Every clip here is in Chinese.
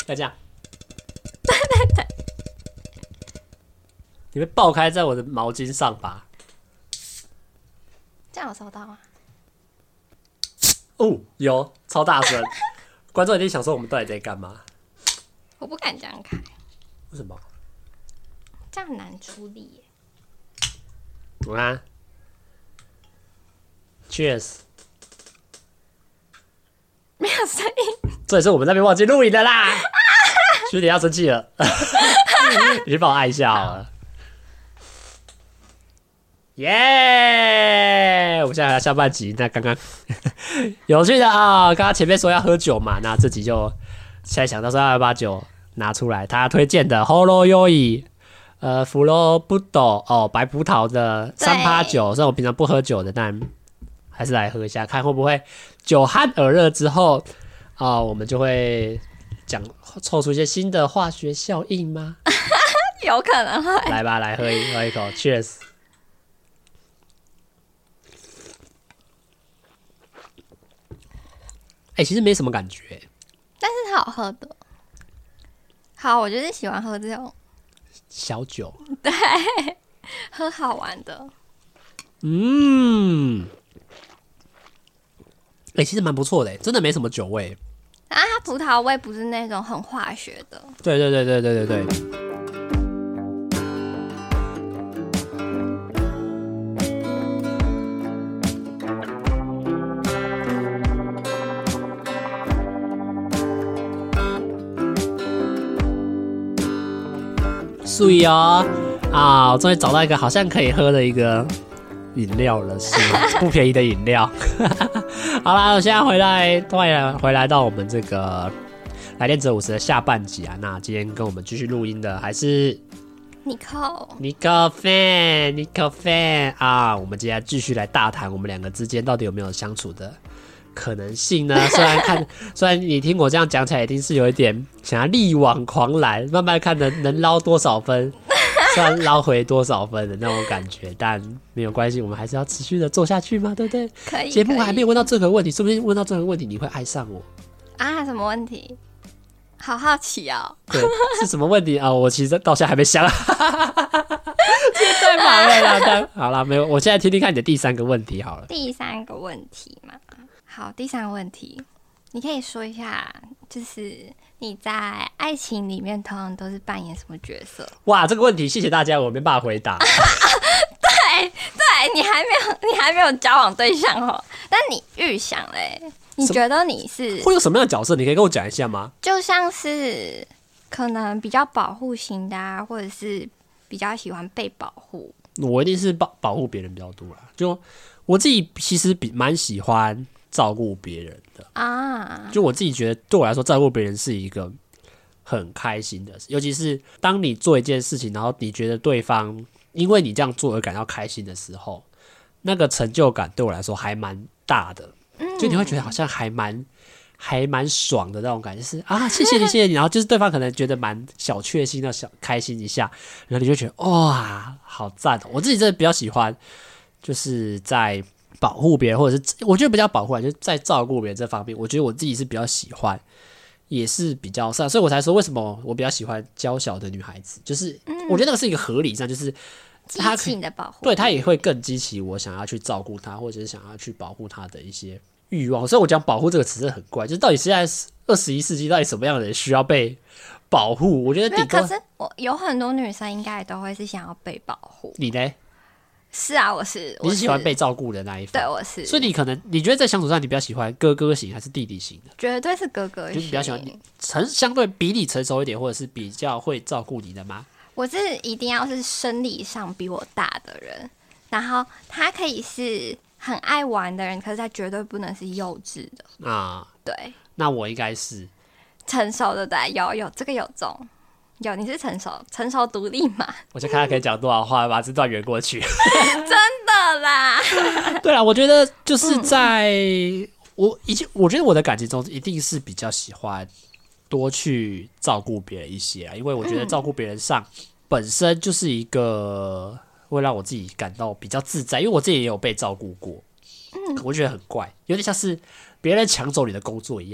要这样。对，你会爆开在我的毛巾上吧？ 这样有收到吗？ 哦，有，超大声，观众一定想说我们到底在干嘛？ 我不敢这样开， 为什么？ 这样很难出力耶。 我看 ，Cheers， 没有声音。 这也是我们那边忘记录影的啦。学姐要生气了，你去帮我按一下好了。耶！我们现在来下半集。那刚刚有趣的啊，刚刚前面说要喝酒嘛，那这集就现在想到说要把酒拿出来，他推荐的 Holo Yoi， 福罗布斗哦，白葡萄的3%酒，虽然我平常不喝酒的，但还是来喝一下，看会不会酒酣耳热之后我们就会凑出一些新的化学效应吗？ 有可能会。 来吧，来喝一口 ，Cheers。其实没什么感觉， 但是它好喝的。好，我就是喜欢喝这种小酒， 对，喝好玩的。 其实蛮不错的，真的没什么酒味。 它葡萄味不是那种很化学的。 对。注意哦，我终于找到一个好像可以喝的一个饮料了，是不便宜的饮料。好啦，我现在回来到我们这个来电者50的下半集啊。那今天跟我们继续录音的还是Nico fan 啊。我们今天继续来大谈我们两个之间到底有没有相处的可能性呢？虽然你听我这样讲起来，一定是有一点想要力挽狂澜，慢慢看能捞多少分，虽然捞回多少分的那种感觉，但没有关系，我们还是要持续的做下去嘛，对不对？ 可以。 节目还没有问到这个问题，说不定问到这个问题你会爱上我啊？什么问题？好好奇哦。 对，是什么问题啊？我其实到现在还没想，太忙了啦。好啦，没有，我现在听听看你的第3个问题好了。 第3个问题嘛。好，第3个问题，你可以说一下，就是你在爱情里面通常都是扮演什么角色？ 哇，这个问题谢谢大家，我没办法回答。 对，你还没有交往对象哦，但你预想嘞，你觉得你是会有什么样的角色？你可以跟我讲一下吗？ 就像是可能比较保护型的啊，或者是比较喜欢被保护。 我一定是保护别人比较多啦，就我自己其实蛮喜欢照顾别人的啊，就我自己觉得对我来说，照顾别人是一个很开心的事，尤其是当你做一件事情，然后你觉得对方因为你这样做而感到开心的时候，那个成就感对我来说还蛮大的，就你会觉得好像还蛮爽的那种感觉，是啊，谢谢你，然后就是对方可能觉得蛮小确幸的，小开心一下，然后你就觉得哇，好赞哦！我自己真的比较喜欢，就是在保护别人，或者是我觉得比较保护人，就是在照顾别人这方面，我觉得我自己是比较喜欢，也是比较善，所以我才说为什么我比较喜欢娇小的女孩子，就是我觉得那个是一个合理上，就是激起你的保护， 对，她也会更激起我想要去照顾她，或者是想要去保护她的一些欲望。所以我讲保护这个词是很怪，就是到底现在21世纪到底什么样的人需要被保护？我觉得顶多， 可是我有很多女生应该也都会是想要被保护。 你呢？ 是啊， 你是喜欢被照顾的那一方， 对，我是。 所以你觉得在相处上，你比较喜欢哥哥型还是弟弟型的？ 绝对是哥哥型， 就是比较喜欢相对比你成熟一点，或者是比较会照顾你的吗？ 我是一定要是生理上比我大的人，然后他可以是很爱玩的人，可是他绝对不能是幼稚的啊。对， 那我应该是成熟的，对，有这个有中。有，你是成熟独立嘛？ 我就看他可以讲多少话，把这段圆过去。 真的啦。 对啦，我觉得就是在我觉得我的感情中一定是比较喜欢多去照顾别人一些啊，因为我觉得照顾别人上本身就是一个会让我自己感到比较自在，因为我自己也有被照顾过，我觉得很怪，有点像是别人抢走你的工作一样。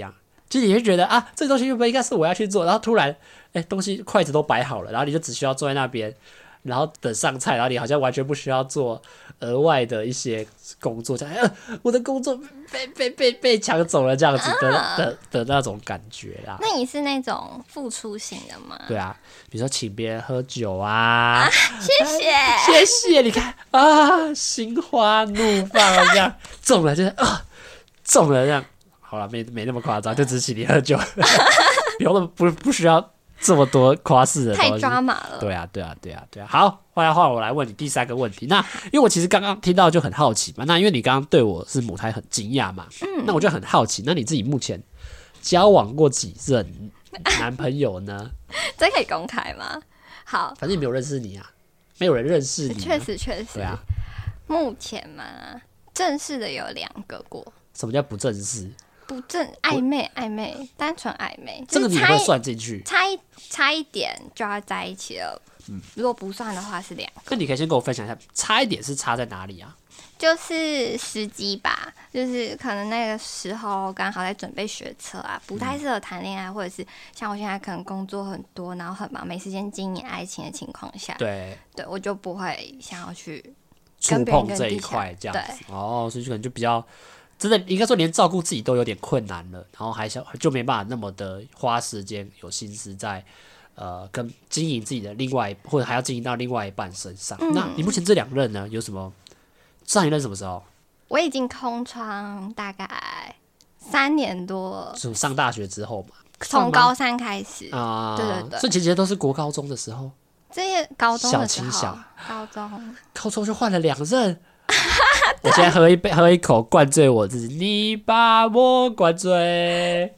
就你会觉得啊，这个东西原本应该是我要去做，然后突然东西筷子都摆好了，然后你就只需要坐在那边，然后等上菜，然后你好像完全不需要做额外的一些工作，这样我的工作被抢走了这样子的那种感觉啦。 那你是那种付出型的吗？ 对啊，比如说请别人喝酒啊， 谢谢，你看啊，心花怒放这样中了就是中了这样，好了，没那么夸张，就只请你喝酒，不需要这么多夸饰的东西， 太抓马了。 对啊。好，换我来问你第3个问题。那因为我其实刚刚听到就很好奇嘛，那因为你刚刚对我是母胎很惊讶嘛，那我就很好奇，那你自己目前交往过几任男朋友呢？ 这可以公开吗？好， 反正也没有认识你啊，没有人认识你。 确实， 对啊。 目前嘛，正式的有2个过。 什么叫不正式？ 不正暧昧，单纯暧昧， 这个你会算进去？ 差一点就要在一起了。如果不算的话是2个。 那你可以先跟我分享一下，差一点是差在哪里啊？ 就是时机吧，就是可能那个时候刚好在准备学车啊，不太适合谈恋爱，或者是像我现在可能工作很多，然后很忙，没时间经营爱情的情况下，对我就不会想要去触碰这一块这样子。所以就可能就比较。真的应该说，连照顾自己都有点困难了，然后就没办法那么的花时间有心思在跟经营自己的或者还要经营到另外一半身上。那你目前这2任呢，有什么？上一任什么时候？ 我已经空窗大概3年多， 是上大学之后嘛？ 从高3开始啊，对， 所以其实都是国高中的时候， 这些高中的时候， 小情小高中就换了2任。我现在喝一口，灌醉我自己。你把我灌醉。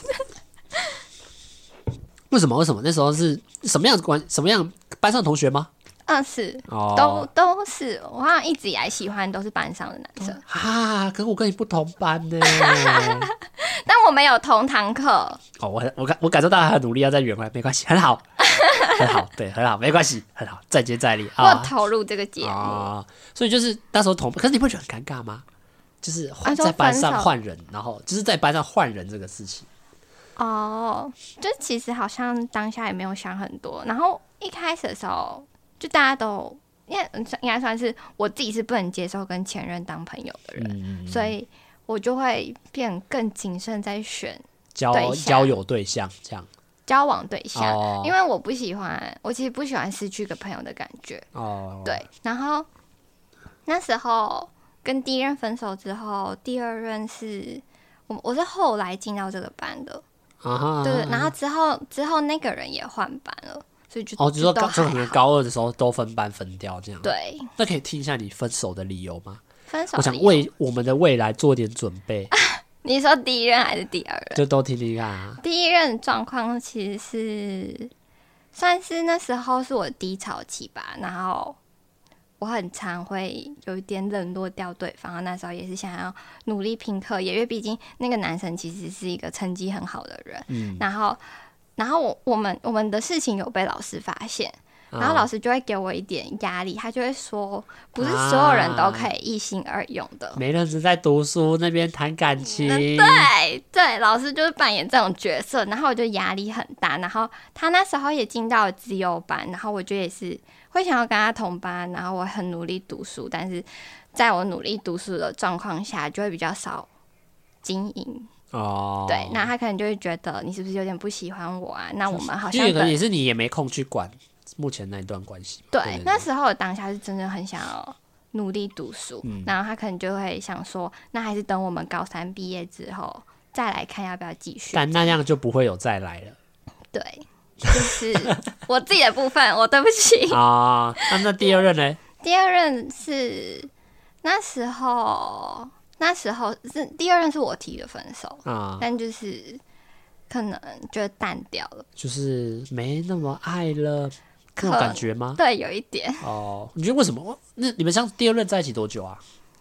为什么？那时候是什么样班上同学吗？ 是都是。我好像一直以来喜欢都是班上的男生可是我跟你不同班呢。 但我们有同堂课。 我感受到他很努力要在圆回来，没关系，很好。很好，对，很好，没关系，很好，再接再厉。 我投入这个节目所以就是那时候可是你不觉得很尴尬吗？就是在班上换人，然后就是在班上换人这个事情。 就其实好像当下也没有想很多，然后一开始的时候，就大家都应该算是我自己是不能接受跟前任当朋友的人，所以我就会变更谨慎在选交友对象这样。 交往对象，因为我其实不喜欢失去一个朋友的感觉。对。然后那时候跟第1任分手之后，第2任是我是后来进到这个班的，对。然后之后那个人也换班了，所以就就说可能高2的时候都分班分掉这样。 对。 那可以听一下你分手的理由吗？ 分手， 我想为我们的未来做点准备。 你说第1任还是第2任？ 就都听听看啊。 第1任状况其实是算是那时候是我低潮期吧，然后我很常会有一点冷落掉对方。那时候也是想要努力拼课业，因为毕竟那个男生其实是一个成绩很好的人。然后我们的事情有被老师发现。然后老师就会给我一点压力，他就会说，不是所有人都可以一心二用的， 没人只在读书那边谈感情。 对，老师就是扮演这种角色，然后我就压力很大。然后他那时候也进到了资优班，然后我就也是会想要跟他同班，然后我很努力读书，但是在我努力读书的状况下，就会比较少经营。对，那他可能就会觉得你是不是有点不喜欢我啊？那我们好像可能也是你也没空去管目前那一段关系。 对，那时候的当下是真的很想要努力读书，然后他可能就会想说，那还是等我们高3毕业之后再来看要不要继续。 但那样就不会有再来了。 对，就是我自己的部分，我对不起那第2任呢？ 第2任是那时候是第2任是我提的分手但就是可能就淡掉了， 就是没那么爱了。那种感觉吗？ 对，有一点。 你觉得为什么？那你们像第2任在一起多久啊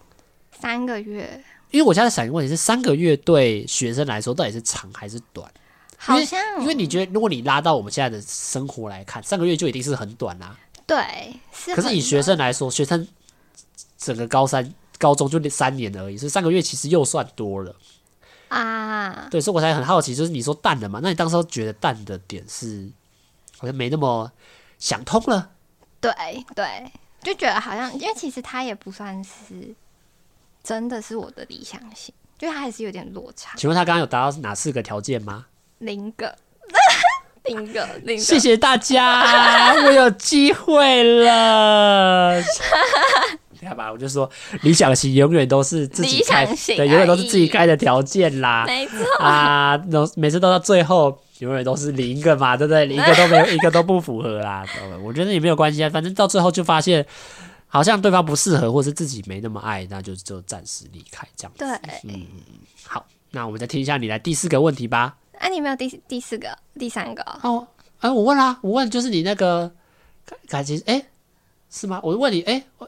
？3个月。 因为我现在想一个问题是，3个月对学生来说到底是长还是短？ 好像因为你觉得，如果你拉到我们现在的生活来看，3个月就一定是很短啦。 对， 可是以学生来说，学生整个高中就3年而已，所以3个月其实又算多了。 啊。 对，所以我才很好奇，就是你说淡的嘛，那你当时觉得淡的点是好像没那么想通了？ 对对，就觉得好像，因为其实他也不算是真的是我的理想型，就他还是有点落差。 请问他刚刚有达到哪4个条件吗 ？0个。0个， 谢谢大家，我有机会了。看吧，我就说理想型永远都是自己开，对，永远都是自己开的条件啦。 没错啊，每次都到最后，永远都是0个嘛，对不对？1个都没有，1个都不符合啦。我觉得也没有关系啊，反正到最后就发现，好像对方不适合，或是自己没那么爱，那就暂时离开这样子。 对， 好，那我们再听一下你来第4个问题吧。 你没有第4个、第3个哦？我问啦，我问就是你那个感情，是吗？我问你，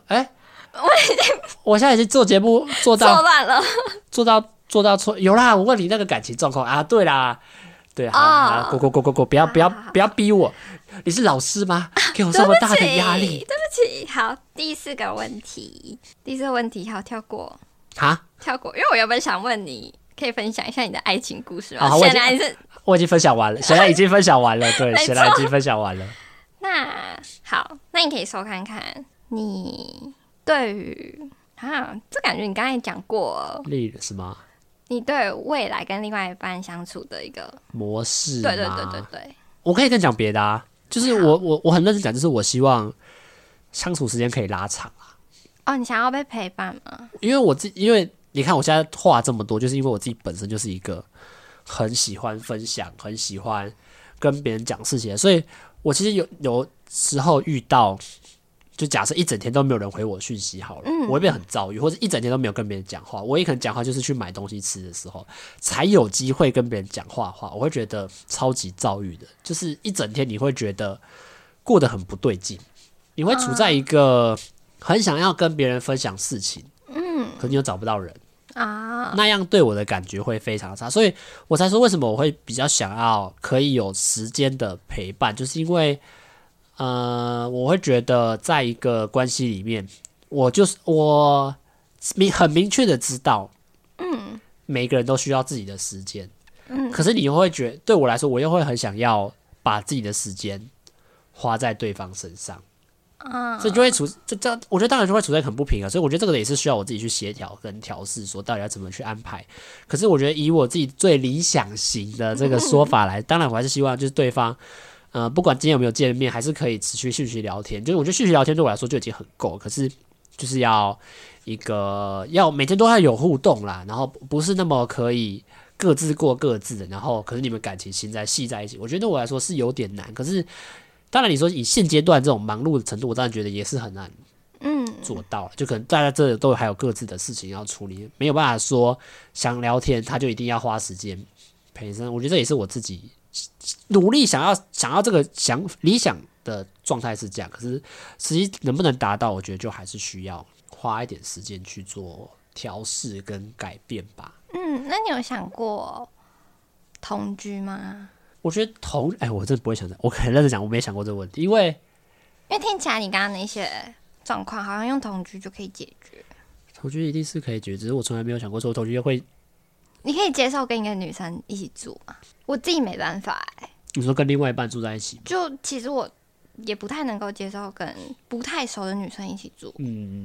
我现在已经做节目做乱了，做到错，有啦。我问你那个感情状况啊，对啦，对啊，过，不要逼我，你是老师吗？给我这么大的压力， 对不起。好，第4个问题，好，跳过，因为我原本想问你。可以分享一下你的爱情故事吗？ 我已经分享完了，显然已经分享完了，对，显然已经分享完了。 那好，那你可以说看看，你对于这感觉你刚才讲过， 例如什么？ 你对未来跟另外一半相处的一个模式？ 对， 我可以跟你讲别的啊，就是我很认真讲，就是我希望相处时间可以拉长啊。 你想要被陪伴吗？ 因为你看我现在话这么多，就是因为我自己本身就是一个很喜欢分享、很喜欢跟别人讲事情的，所以我其实有时候遇到，就假设一整天都没有人回我讯息好了，我会变很躁郁，或者一整天都没有跟别人讲话，我也可能讲话就是去买东西吃的时候才有机会跟别人讲话的话，我会觉得超级躁郁的，就是一整天你会觉得过得很不对劲，你会处在一个很想要跟别人分享事情。可你又找不到人那样对我的感觉会非常差，所以我才说为什么我会比较想要可以有时间的陪伴，就是因为我会觉得在一个关系里面，我很明确的知道，每个人都需要自己的时间，可是你又会觉得对我来说，我又会很想要把自己的时间花在对方身上。所以就会我觉得当然就会处在很不平衡，所以我觉得这个也是需要我自己去协调跟调试，说到底要怎么去安排。可是我觉得以我自己最理想型的这个说法来，当然我还是希望就是对方，不管今天有没有见面，还是可以持续讯息聊天。就是我觉得讯息聊天对我来说就已经很够，可是就是要每天都要有互动啦，然后不是那么可以各自过各自的，然后可是你们感情系在一起，我觉得对我来说是有点难。可是当然，你说以现阶段这种忙碌的程度，我当然觉得也是很难做到。就可能大家这都还有各自的事情要处理，没有办法说想聊天他就一定要花时间陪身。我觉得这也是我自己努力想要这个理想的状态是这样，可是实际能不能达到，我觉得就还是需要花一点时间去做调试跟改变吧。 那你有想过同居吗？ 我觉得我真的不会想我很认真讲，我没想过这个问题，因为听起来你刚刚那些状况，好像用同居就可以解决。 同居一定是可以解决，只是我从来没有想过说同居会。 你可以接受跟一个女生一起住吗？我自己没办法你说跟另外一半住在一起吗？ 就其实我也不太能够接受跟不太熟的女生一起住。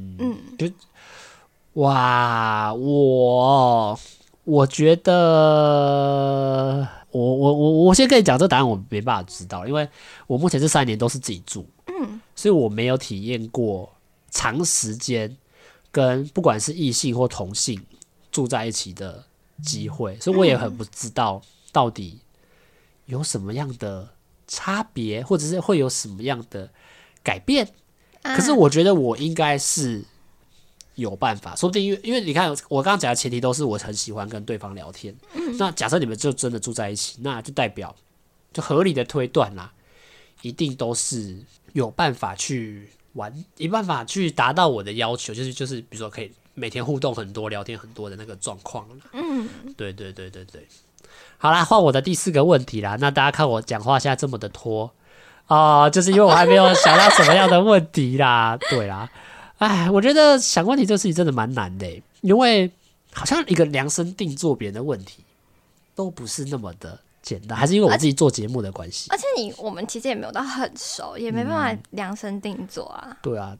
我觉得。我先跟你讲，这个答案我没办法知道，因为我目前这3年都是自己住，所以我没有体验过长时间跟不管是异性或同性住在一起的机会，所以我也很不知道到底有什么样的差别，或者是会有什么样的改变。可是我觉得我应该是有办法，说不定因为你看，我刚刚讲的前提都是我很喜欢跟对方聊天。那假设你们就真的住在一起，那就代表就合理的推断啦，一定都是有办法去达到我的要求，就是比如说可以每天互动很多、聊天很多的那个状况啦。对。好啦，换我的第4个问题啦。那大家看我讲话现在这么的拖就是因为我还没有想到什么样的问题啦。对啦。我觉得想问题这事情真的蛮难的，因为好像一个量身定做别人的问题都不是那么的简单，还是因为我自己做节目的关系？ 而且我们其实也没有到很熟，也没办法量身定做啊。 对啊，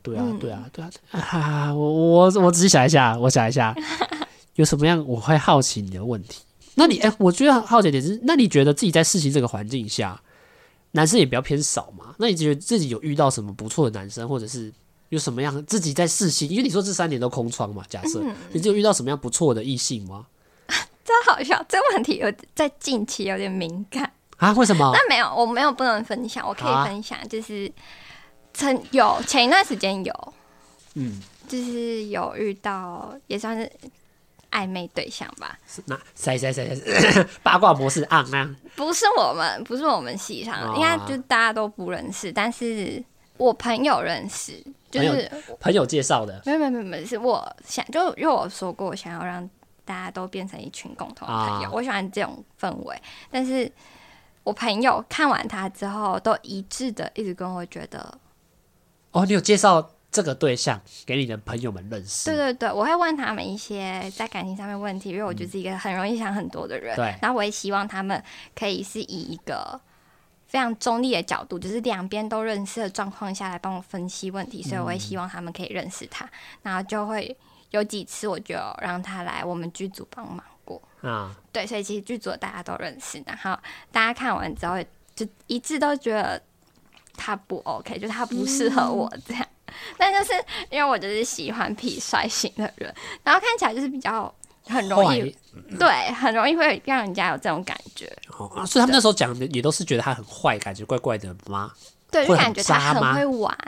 我仔细想一下，有什么样我会好奇你的问题？那你我觉得好奇点是，那你觉得自己在世新这个环境下，男生也比较偏少嘛？那你觉得自己有遇到什么不错的男生，或者是有什么样自己在世新？因为你说这3年都空窗嘛，假设你有遇到什么样不错的异性吗？ 真好笑，这个问题在近期有点敏感啊？为什么？ 但没有，我没有不能分享，我可以分享，就是前一段时间有，就是有遇到也算是暧昧对象吧。 那谁八卦模式啊？ 不是我们系上的，应该就大家都不认识，但是我朋友认识，就是朋友介绍的。 没有，是我想，就因为我说过，我想要让大家都变成一群共同的朋友，我喜欢这种氛围。但是我朋友看完他之后，都一致的一直跟我觉得， 你有介绍这个对象给你的朋友们认识？ 对，我会问他们一些在感情上面问题，因为我就是一个很容易想很多的人。 对， 然后我也希望他们可以是以一个非常中立的角度，就是两边都认识的状况下来帮我分析问题，所以我也希望他们可以认识他，然后就会有几次我就让他来我们剧组帮忙过对，所以其实剧组大家都认识，然后大家看完之后就一致都觉得他不 OK， 就他不适合我这样。但就是因为我就是喜欢痞帅型的人，然后看起来就是比较很容易，对，很容易会让人家有这种感觉。 所以他们那时候讲的也都是觉得他很坏，感觉怪怪的吗？ 对，就感觉他很会玩。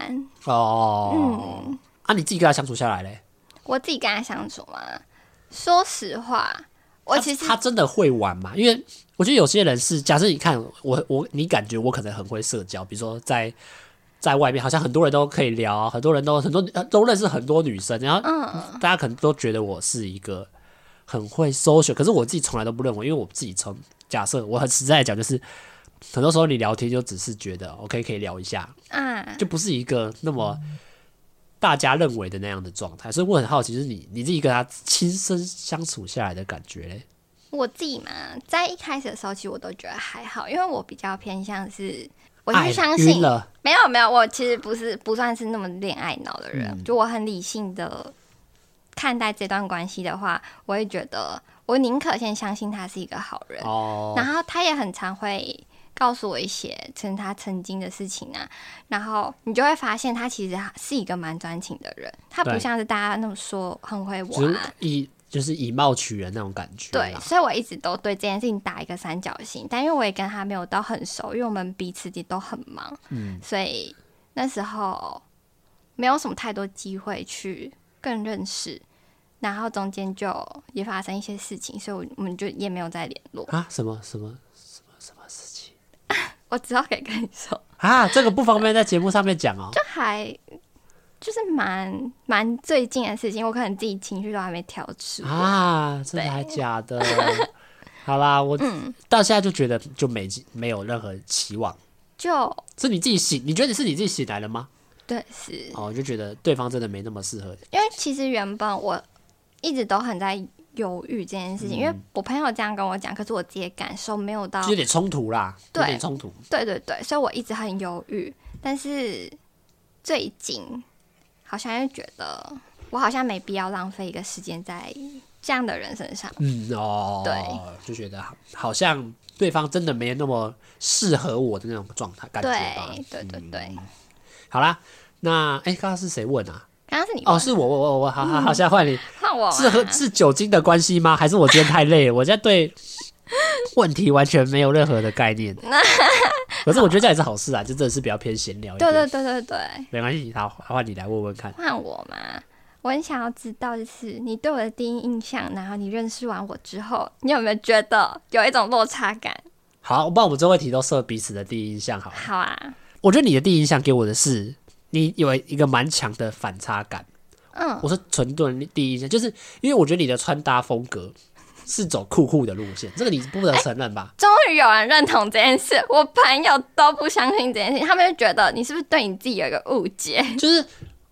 你自己跟他相处下来嘞？ 我自己跟他相处嘛，说实话，我其实他真的会玩吗？因为我觉得有些人是，假设你看你感觉我可能很会社交，比如说在外面好像很多人都可以聊，很多人都认识很多女生，然后大家可能都觉得我是一个很会 social， 可是我自己从来都不认为，因为我自己假设我很实在的讲，就是很多时候你聊天就只是觉得 OK 可以聊一下，就不是一个那么大家认为的那样的状态，所以我很好奇，就是你自己跟他亲身相处下来的感觉嘞？ 我自己嘛，在一开始的时候，其实我都觉得还好，因为我比较偏向是。我就相信没有，我其实不算是那么恋爱脑的人，就我很理性的看待这段关系的话，我会觉得我宁可先相信他是一个好人，然后他也很常会告诉我一些他曾经的事情啊，然后你就会发现他其实是一个蛮专情的人，他不像是大家那么说很会玩， 就是以貌取人那种感觉。 对，所以我一直都对这件事情打一个三角形，但因为我也跟他没有到很熟，因为我们彼此也都很忙，所以那时候没有什么太多机会去更认识，然后中间就也发生一些事情，所以我们就也没有再联络什么事情？ 我之后可以跟你说这个不方便在节目上面讲哦。 就是蛮最近的事情，我可能自己情绪都还没调试真的还假的？好啦，我到现在就觉得就没有任何期望，是你自己醒？你觉得是你自己醒来了吗？ 对，是就觉得对方真的没那么适合。 因为其实原本我一直都很在犹豫这件事情，因为我朋友这样跟我讲，可是我自己的感受没有到， 就有点冲突啦，有点冲突。 对，所以我一直很犹豫，但是最近好像又觉得我好像没必要浪费一个时间在这样的人身上。对， 就觉得好像对方真的没那么适合我的那种状态感觉吧。 对。 好啦，那刚刚是谁问啊？ 刚刚是你问是我，好，现在换你。 换我是酒精的关系吗？还是我今天太累了？我现在对问题完全没有任何的概念。可是我觉得这也是好事啊，就真的是比较偏闲聊一点。 对， 没关系，好，换你来问问看。 换我嘛，我很想要知道，就是你对我的第一印象，然后你认识完我之后，你有没有觉得有一种落差感？ 好，我帮我们这问题都设彼此的第一印象好了。 好啊， 我觉得你的第一印象给我的是，你有一个蛮强的反差感。我是纯钝第一印象，就是因为我觉得你的穿搭风格是走酷酷的路线，这个你不得承认吧？ 终于有人认同这件事，我朋友都不相信这件事，他们就觉得你是不是对你自己有一个误解？ 就是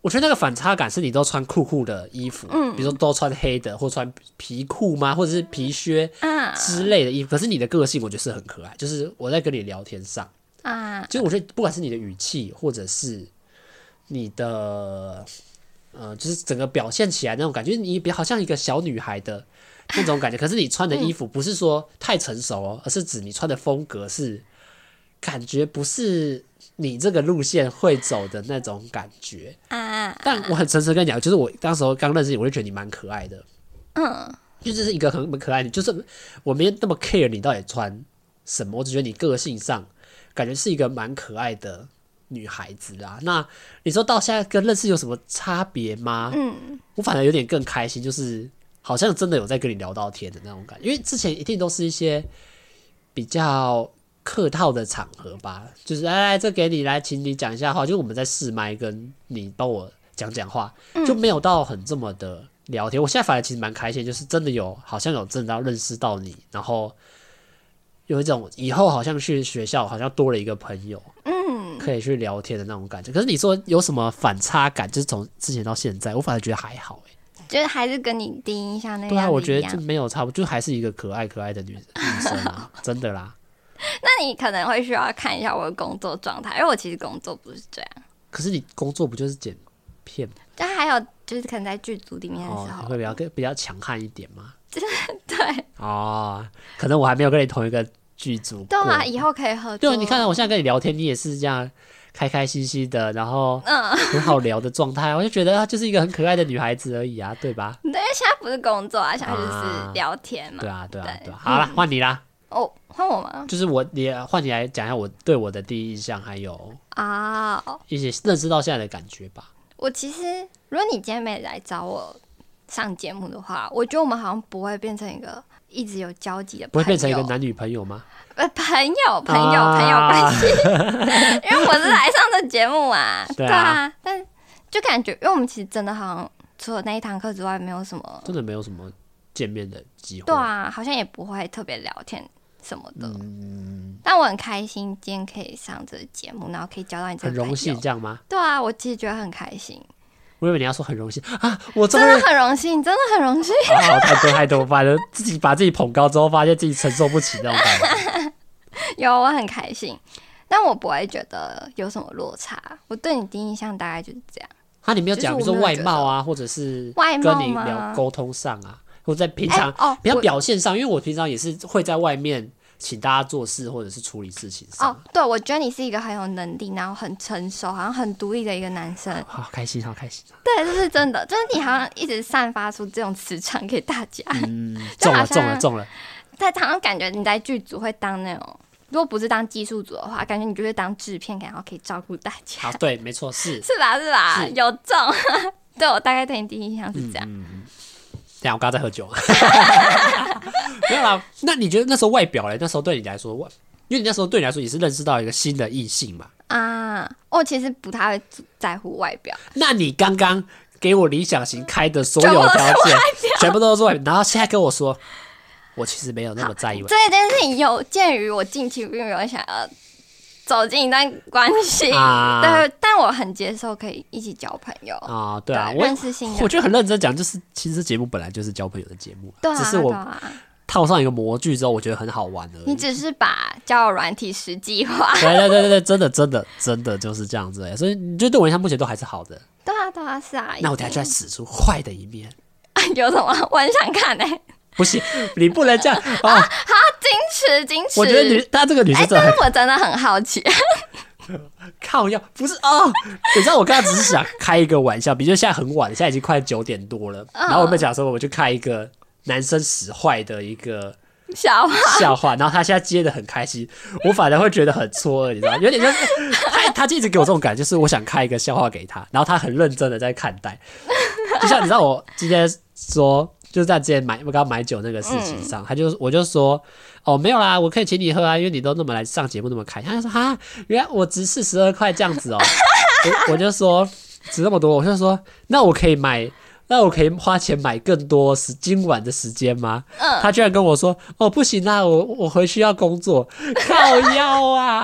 我觉得那个反差感是你都穿酷酷的衣服，比如说都穿黑的，或穿皮裤吗，或者是皮靴之类的衣服。可是你的个性，我觉得是很可爱，就是我在跟你聊天上就我觉得不管是你的语气，或者是你的就是整个表现起来那种感觉，你好像一个小女孩的那种感觉。可是你穿的衣服不是说太成熟而是指你穿的风格是感觉不是你这个路线会走的那种感觉但我很诚实跟你讲，就是我当时候刚认识你，我就觉得你蛮可爱的，就是一个很可爱的，就是我没那么 care 你到底穿什么，我只觉得你个性上感觉是一个蛮可爱的女孩子啦。那你说到现在跟认识有什么差别吗？我反而有点更开心，就是好像真的有在跟你聊到天的那种感觉，因为之前一定都是一些比较客套的场合吧，就是来这给你，来请你讲一下话，就我们在试麦跟你帮我讲话，就没有到很这么的聊天。我现在反而其实蛮开心，就是真的有好像有真的要认识到你，然后有一种以后好像去学校好像多了一个朋友，可以去聊天的那种感觉。可是你说有什么反差感，就是从之前到现在，我反而觉得还好就是还是跟你第一印象那样。 对啊，我觉得就没有差不多，就还是一个可爱的女生啊，真的啦。 那你可能会需要看一下我的工作状态，因为我其实工作不是这样。 可是你工作不就是剪片？ 但还有就是可能在剧组里面的时候， 会比较强悍一点吗？ 对。 可能我还没有跟你同一个剧组过。 对啊，以后可以合作。 对，你看我现在跟你聊天，你也是这样开开心心的，然后很好聊的状态，我就觉得她就是一个很可爱的女孩子而已啊，对吧？ 对，因为现在不是工作现在就是聊天嘛。 对啊。好啦，换你啦。 换我吗？ 就是换你来讲一下我对我的第一印象，还有一些认识到现在的感觉吧。 我其实，如果你今天没来找我上节目的话，我觉得我们好像不会变成一个一直有交集的朋友， 不会变成一个男女朋友吗？ 朋友关系，因为我是来上这节目嘛，对啊，但就感觉，因为我们其实真的好像除了那一堂课之外，没有什么， 真的没有什么见面的机会， 对啊，好像也不会特别聊天什么的，但我很开心今天可以上这个节目，然后可以交到你这个朋友， 很荣幸这样吗？ 对啊，我其实觉得很开心。 我以为你要说很荣幸啊，我真的很荣幸，真的很荣幸。 太多，反正自己把自己捧高之后，发现自己承受不起那种感觉。 有，我很开心，但我不会觉得有什么落差。我对你第一印象大概就是这样。 你没有讲，比如说外貌啊，或者是跟你聊沟通上啊，或者在平常表现上，因为我平常也是会在外面请大家做事或者是处理事情上。 对，我觉得你是一个很有能力，然后很成熟，好像很独立的一个男生。 好开心。 对，这是真的，就是你好像一直散发出这种磁场给大家。 中了。 在好像感觉你在剧组会当那种，如果不是当技术组的话，感觉你就会当制片，然后可以照顾大家。 好，对，没错，是吧？有中。对，我大概对你第一印象是这样。 等一下我刚刚在喝酒。没有啦，那你觉得那时候外表嘞？那时候对你来说，因为你那时候对你来说也是认识到一个新的异性嘛。 我其实不太会在乎外表。 那你刚刚给我理想型开的所有条件，全部都是外表，然后现在跟我说，我其实没有那么在意。 这件事情有鉴于我近期并没有想要走进一段关系，但我很接受可以一起交朋友对啊， 认识新的。 我觉得很认真讲，就是其实节目本来就是交朋友的节目，只是我套上一个模具之后，我觉得很好玩而已。 你只是把交友软体实际化。 对，真的就是这样子。所以你就对我印象目前都还是好的。 对啊，是啊。 那我等一下就来使出坏的一面。 有什么？我很想看不行，你不能这样好，矜持。 我觉得她这个女生真的， 但是我真的很好奇。 靠腰不是你知道我刚刚只是想开一个玩笑，比如说现在很晚，现在已经快9点多了，然后我们讲说我就开一个男生使坏的一个笑话，然后他现在接的很开心，我反而会觉得很错愕，你知道吗？有点就是他一直给我这种感觉，就是我想开一个笑话给他，然后他很认真的在看待，就像你知道我今天说。就是在之前我刚买酒那个事情上，我就说没有啦，我可以请你喝啊，因为你都那么来上节目那么开心。他就说原来我值42块这样子我就说值那么多，我就说那我可以花钱买更多今晚的时间吗？他居然跟我说不行啦，我回去要工作，靠腰啊！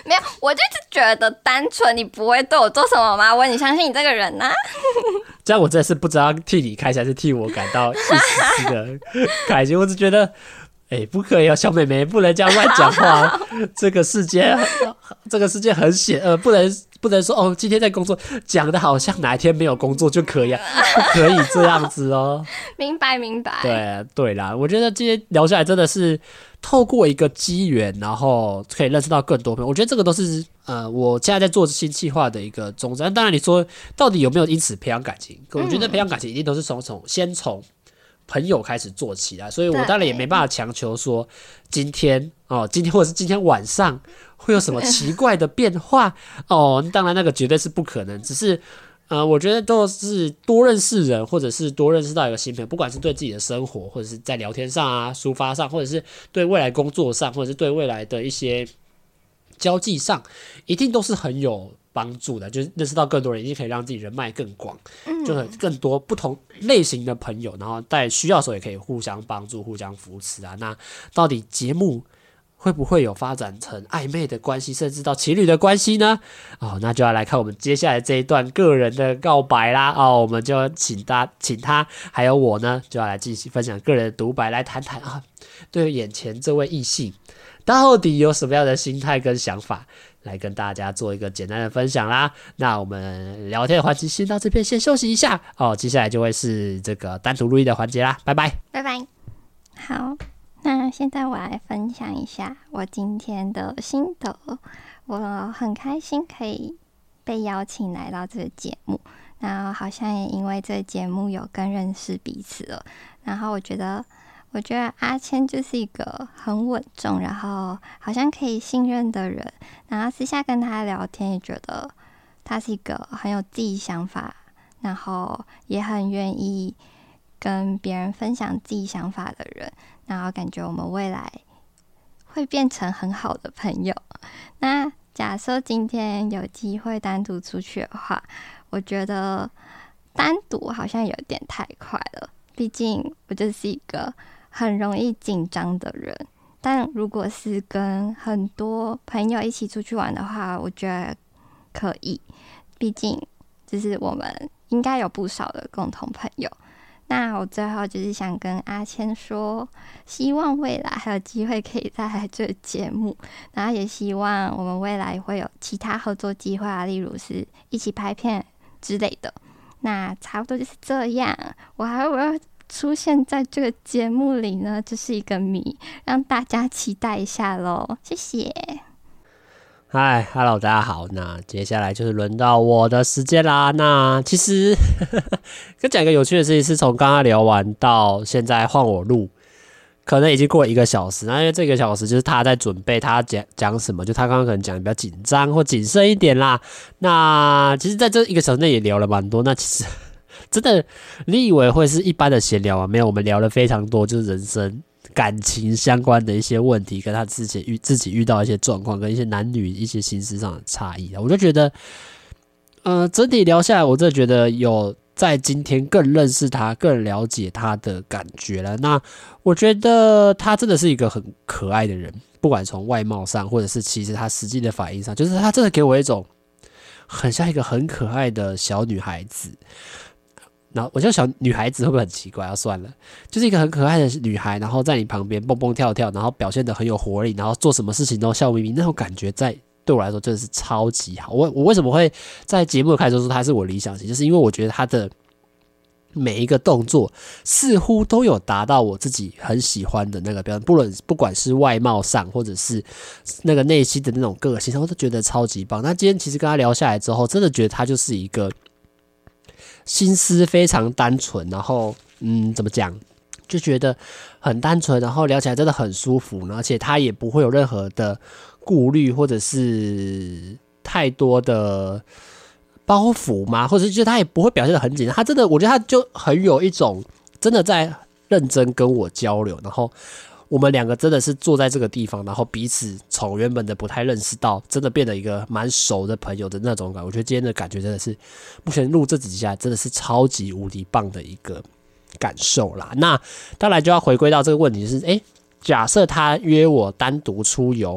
没有，我就是觉得单纯，你不会对我做什么吗？我很相信你这个人呐、 这样我真的是不知道替你开心还是替我感到一丝丝的开心。我只觉得，不可以哦，小妹妹不能这样乱讲话。这个世界很险恶，不能说哦，今天在工作，讲的好像哪一天没有工作就可以啊，不可以这样子哦。 明白。 对啦，我觉得今天聊下来真的是透过一个机缘，然后可以认识到更多朋友。我觉得这个都是我现在在做新企划的一个宗旨。当然，你说到底有没有因此培养感情？我觉得培养感情一定都是先从朋友开始做起来，所以我当然也没办法强求说今天或者是今天晚上会有什么奇怪的变化哦。当然那个绝对是不可能，只是我觉得都是多认识人，或者是多认识到一个新朋友，不管是对自己的生活，或者是在聊天上啊、抒发上，或者是对未来工作上，或者是对未来的一些交际上，一定都是很有帮助的。就是认识到更多人，一定可以让自己人脉更广，就很更多不同类型的朋友，然后在需要的时候也可以互相帮助、互相扶持啊。那到底节目会不会有发展成暧昧的关系，甚至到情侣的关系呢？那就要来看我们接下来这一段个人的告白啦。我们就请他还有我呢，就要来继续分享个人的独白，来谈谈对眼前这位异性到底有什么样的心态跟想法，来跟大家做一个简单的分享啦。那我们聊天的环节先到这边，先休息一下接下来就会是这个单独录音的环节啦。拜拜。 好，那现在我来分享一下我今天的心得。我很开心可以被邀请来到这个节目，然后好像也因为这个节目有更认识彼此了。然后我觉得阿谦就是一个很稳重，然后好像可以信任的人。然后私下跟他聊天，也觉得他是一个很有自己想法，然后也很愿意跟别人分享自己想法的人。然后感觉我们未来会变成很好的朋友。那假设今天有机会单独出去的话，我觉得单独好像有点太快了，毕竟我就是一个很容易紧张的人。但如果是跟很多朋友一起出去玩的话，我觉得可以，毕竟就是我们应该有不少的共同朋友。那我最后就是想跟阿谦说，希望未来还有机会可以再来这个节目，然后也希望我们未来会有其他合作计划，例如是一起拍片之类的。那差不多就是这样。我还会不会出现在这个节目里呢？这是一个谜，让大家期待一下咯。谢谢。 嗨 ，Hello， 大家好。那接下来就是轮到我的时间啦。那其实跟讲一个有趣的事情，是从刚刚聊完到现在换我录，可能已经过了1个小时。那因为这个小时就是他在准备他讲什么，就他刚刚可能讲的比较紧张或谨慎一点啦。那其实在这1个小时内也聊了蛮多。那其实真的，你以为会是一般的闲聊吗？没有，我们聊了非常多，就是人生感情相关的一些问题，跟他自己遇到一些状况，跟一些男女一些心思上的差异。我就觉得，整体聊下来，我真的觉得有在今天更认识他、更了解他的感觉了。那我觉得他真的是一个很可爱的人，不管从外貌上，或者是其实他实际的反应上，就是他真的给我一种很像一个很可爱的小女孩子。然后我觉得小女孩子会不会很奇怪？算了，就是一个很可爱的女孩，然后在你旁边蹦蹦跳跳，然后表现得很有活力，然后做什么事情都笑眯眯，那种感觉对我来说真的是超级好。我为什么会在节目开始说她是我理想型，就是因为我觉得她的每一个动作似乎都有达到我自己很喜欢的那个标准，不管是外貌上，或者是那个内心的那种个性上，我都觉得超级棒。那今天其实跟她聊下来之后，真的觉得她就是一个心思非常单纯，然后怎么讲，就觉得很单纯，然后聊起来真的很舒服，而且他也不会有任何的顾虑或者是太多的包袱嘛，或者是他也不会表现得很紧张。他真的，我觉得他就很有一种真的在认真跟我交流，然后我们两个真的是坐在这个地方，然后彼此从原本的不太认识到真的变得一个蛮熟的朋友的那种感觉。我觉得今天的感觉真的是目前录这几集下来真的是超级无敌棒的一个感受啦。那当然就要回归到这个问题，就是假设他约我单独出游，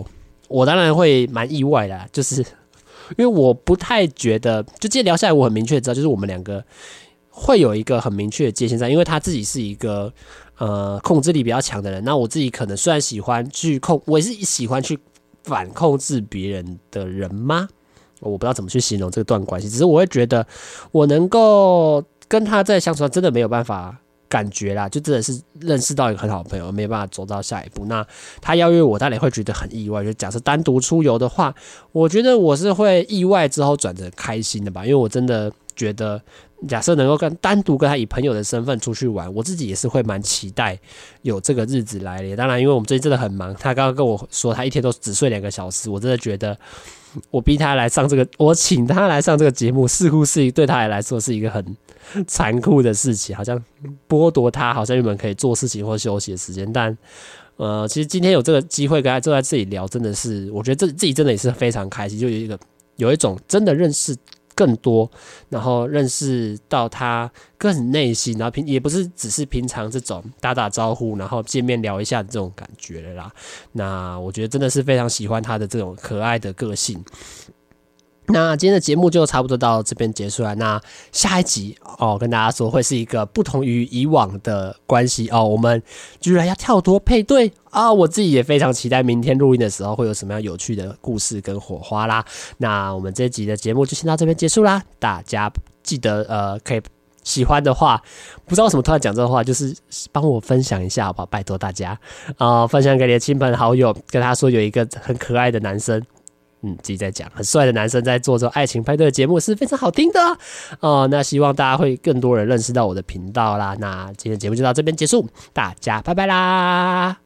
我当然会蛮意外的，就是因为我不太觉得，就今天聊下来，我很明确知道，就是我们两个会有一个很明确的界限在，因为他自己是一个控制力比较强的人，那我自己可能虽然喜欢去我也是喜欢去反控制别人的人吗？我不知道怎么去形容这段关系，只是我会觉得我能够跟他在相处上真的没有办法感觉啦，就真的是认识到一个很好的朋友，没办法走到下一步。那他邀约我，当然会觉得很意外。就假设单独出游的话，我觉得我是会意外之后转成开心的吧，因为我真的觉得，假设能够单独跟他以朋友的身份出去玩，我自己也是会蛮期待有这个日子来临。当然，因为我们最近真的很忙，他刚刚跟我说他一天都只睡2个小时，我真的觉得我逼他来上这个，我请他来上这个节目，似乎是对他来说是一个很残酷的事情，好像剥夺他好像原本可以做事情或休息的时间。但其实今天有这个机会跟他坐在这里聊，真的是我觉得自己真的也是非常开心，就有一种真的认识更多，然后认识到他更内心，然后也不是只是平常这种打打招呼，然后见面聊一下的这种感觉了啦。那我觉得真的是非常喜欢他的这种可爱的个性。那今天的节目就差不多到这边结束了。那下一集跟大家说会是一个不同于以往的关系我们居然要跳脱配对我自己也非常期待明天录音的时候会有什么样有趣的故事跟火花啦。那我们这一集的节目就先到这边结束啦。大家记得可以喜欢的话，不知道为什么突然讲这话，就是帮我分享一下好不好？拜托大家分享给你的亲朋好友，跟他说有一个很可爱的男生。自己在讲很帅的男生在做这种爱情派对的节目是非常好听的那希望大家会更多人认识到我的频道啦。那今天的节目就到这边结束，大家拜拜啦。